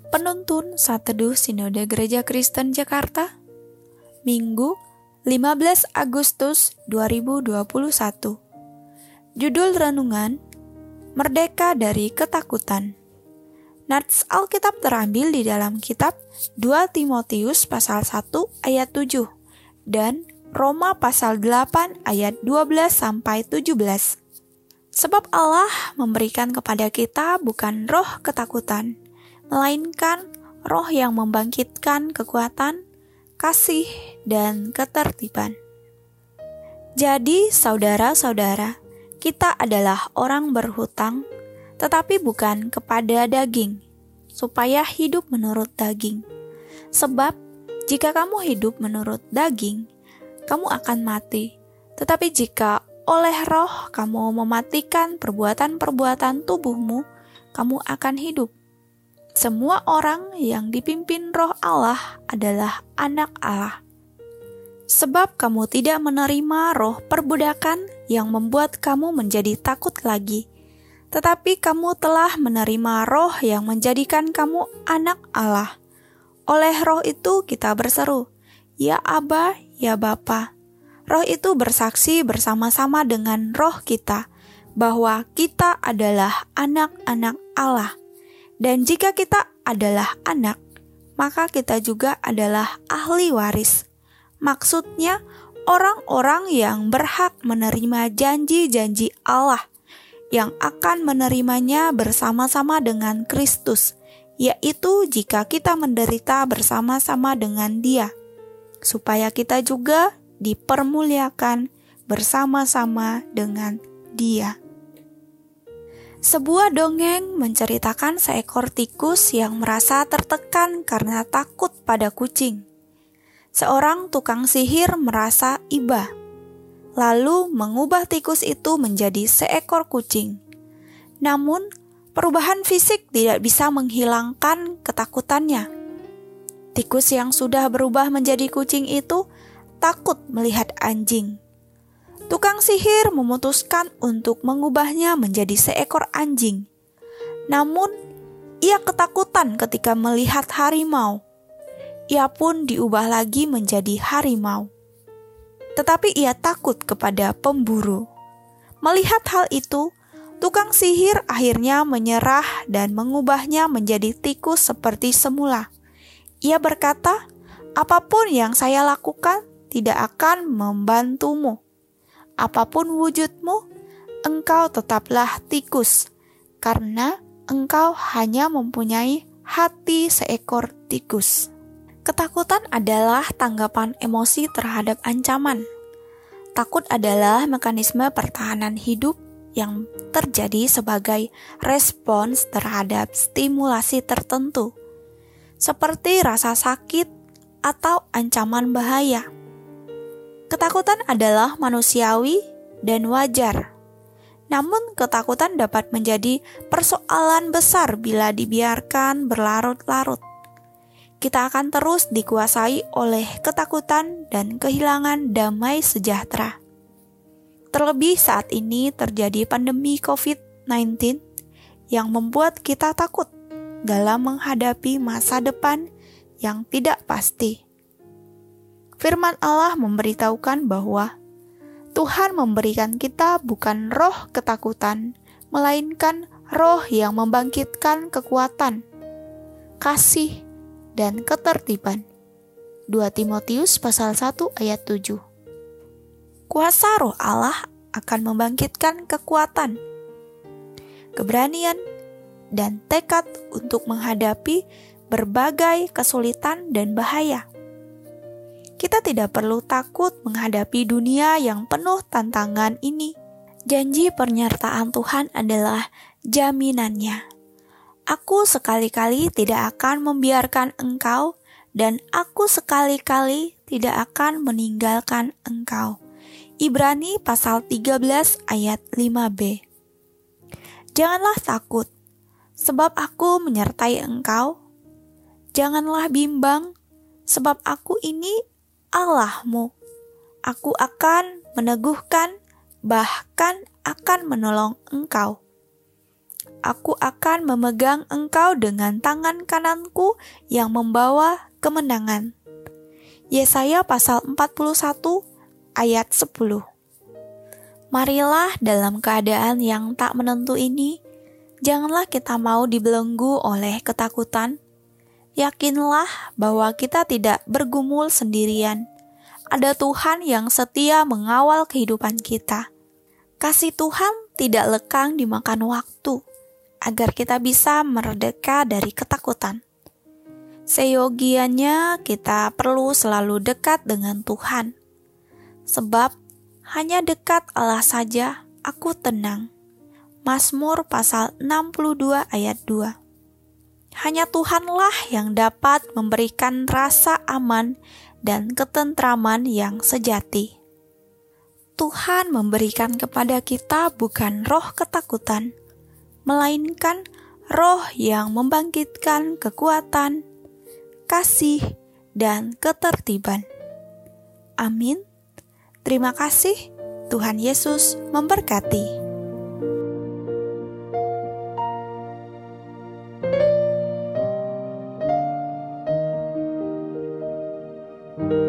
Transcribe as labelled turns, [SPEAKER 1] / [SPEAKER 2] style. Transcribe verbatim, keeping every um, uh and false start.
[SPEAKER 1] Penuntun Saat Teduh Sinode Gereja Kristen Jakarta, Minggu lima belas Agustus dua ribu dua puluh satu. Judul renungan, Merdeka dari Ketakutan. Nats Alkitab terambil di dalam kitab dua Timotius pasal satu ayat tujuh dan Roma pasal delapan ayat dua belas sampai tujuh belas. Sebab Allah memberikan kepada kita bukan roh ketakutan, melainkan roh yang membangkitkan kekuatan, kasih, dan ketertiban. Jadi, saudara-saudara, kita adalah orang berhutang, tetapi bukan kepada daging, supaya hidup menurut daging. Sebab, jika kamu hidup menurut daging, kamu akan mati. Tetapi jika oleh roh kamu mematikan perbuatan-perbuatan tubuhmu, kamu akan hidup. Semua orang yang dipimpin roh Allah adalah anak Allah. Sebab kamu tidak menerima roh perbudakan yang membuat kamu menjadi takut lagi, tetapi kamu telah menerima roh yang menjadikan kamu anak Allah. Oleh roh itu kita berseru, Ya Aba, Ya Bapa. Roh itu bersaksi bersama-sama dengan roh kita bahwa kita adalah anak-anak Allah. Dan jika kita adalah anak, maka kita juga adalah ahli waris. Maksudnya, orang-orang yang berhak menerima janji-janji Allah, yang akan menerimanya bersama-sama dengan Kristus, yaitu jika kita menderita bersama-sama dengan Dia, supaya kita juga dipermuliakan bersama-sama dengan Dia. Sebuah dongeng menceritakan seekor tikus yang merasa tertekan karena takut pada kucing. Seorang tukang sihir merasa iba, lalu mengubah tikus itu menjadi seekor kucing. Namun, perubahan fisik tidak bisa menghilangkan ketakutannya. Tikus yang sudah berubah menjadi kucing itu takut melihat anjing. Tukang sihir memutuskan untuk mengubahnya menjadi seekor anjing. Namun, ia ketakutan ketika melihat harimau. Ia pun diubah lagi menjadi harimau. Tetapi ia takut kepada pemburu. Melihat hal itu, tukang sihir akhirnya menyerah dan mengubahnya menjadi tikus seperti semula. Ia berkata, "Apapun yang saya lakukan tidak akan membantumu. Apapun wujudmu, engkau tetaplah tikus, karena engkau hanya mempunyai hati seekor tikus." Ketakutan adalah tanggapan emosi terhadap ancaman. Takut adalah mekanisme pertahanan hidup yang terjadi sebagai respons terhadap stimulasi tertentu, seperti rasa sakit atau ancaman bahaya. Ketakutan adalah manusiawi dan wajar. Namun ketakutan dapat menjadi persoalan besar bila dibiarkan berlarut-larut. Kita akan terus dikuasai oleh ketakutan dan kehilangan damai sejahtera. Terlebih saat ini terjadi pandemi covid sembilan belas yang membuat kita takut dalam menghadapi masa depan yang tidak pasti. Firman Allah memberitahukan bahwa Tuhan memberikan kita bukan roh ketakutan, melainkan roh yang membangkitkan kekuatan, kasih, dan ketertiban. dua Timotius pasal satu ayat tujuh. Kuasa roh Allah akan membangkitkan kekuatan, keberanian, dan tekad untuk menghadapi berbagai kesulitan dan bahaya. Kita tidak perlu takut menghadapi dunia yang penuh tantangan ini. Janji penyertaan Tuhan adalah jaminannya. Aku sekali-kali tidak akan membiarkan engkau, dan aku sekali-kali tidak akan meninggalkan engkau. Ibrani pasal tiga belas ayat lima b. Janganlah takut, sebab aku menyertai engkau. Janganlah bimbang, sebab aku ini Allahmu. Aku akan meneguhkan, bahkan akan menolong engkau. Aku akan memegang engkau dengan tangan kananku yang membawa kemenangan. Yesaya pasal empat puluh satu ayat sepuluh. Marilah dalam keadaan yang tak menentu ini, janganlah kita mau dibelenggu oleh ketakutan. Yakinlah bahwa kita tidak bergumul sendirian. Ada Tuhan yang setia mengawal kehidupan kita. Kasih Tuhan tidak lekang dimakan waktu, agar kita bisa merdeka dari ketakutan. Seyogianya kita perlu selalu dekat dengan Tuhan. Sebab hanya dekat Allah saja aku tenang. Mazmur pasal enam puluh dua ayat dua. Hanya Tuhanlah yang dapat memberikan rasa aman dan ketentraman yang sejati. Tuhan memberikan kepada kita bukan roh ketakutan, melainkan roh yang membangkitkan kekuatan, kasih, dan ketertiban. Amin. Terima kasih. Tuhan Yesus memberkati.
[SPEAKER 2] Thank you.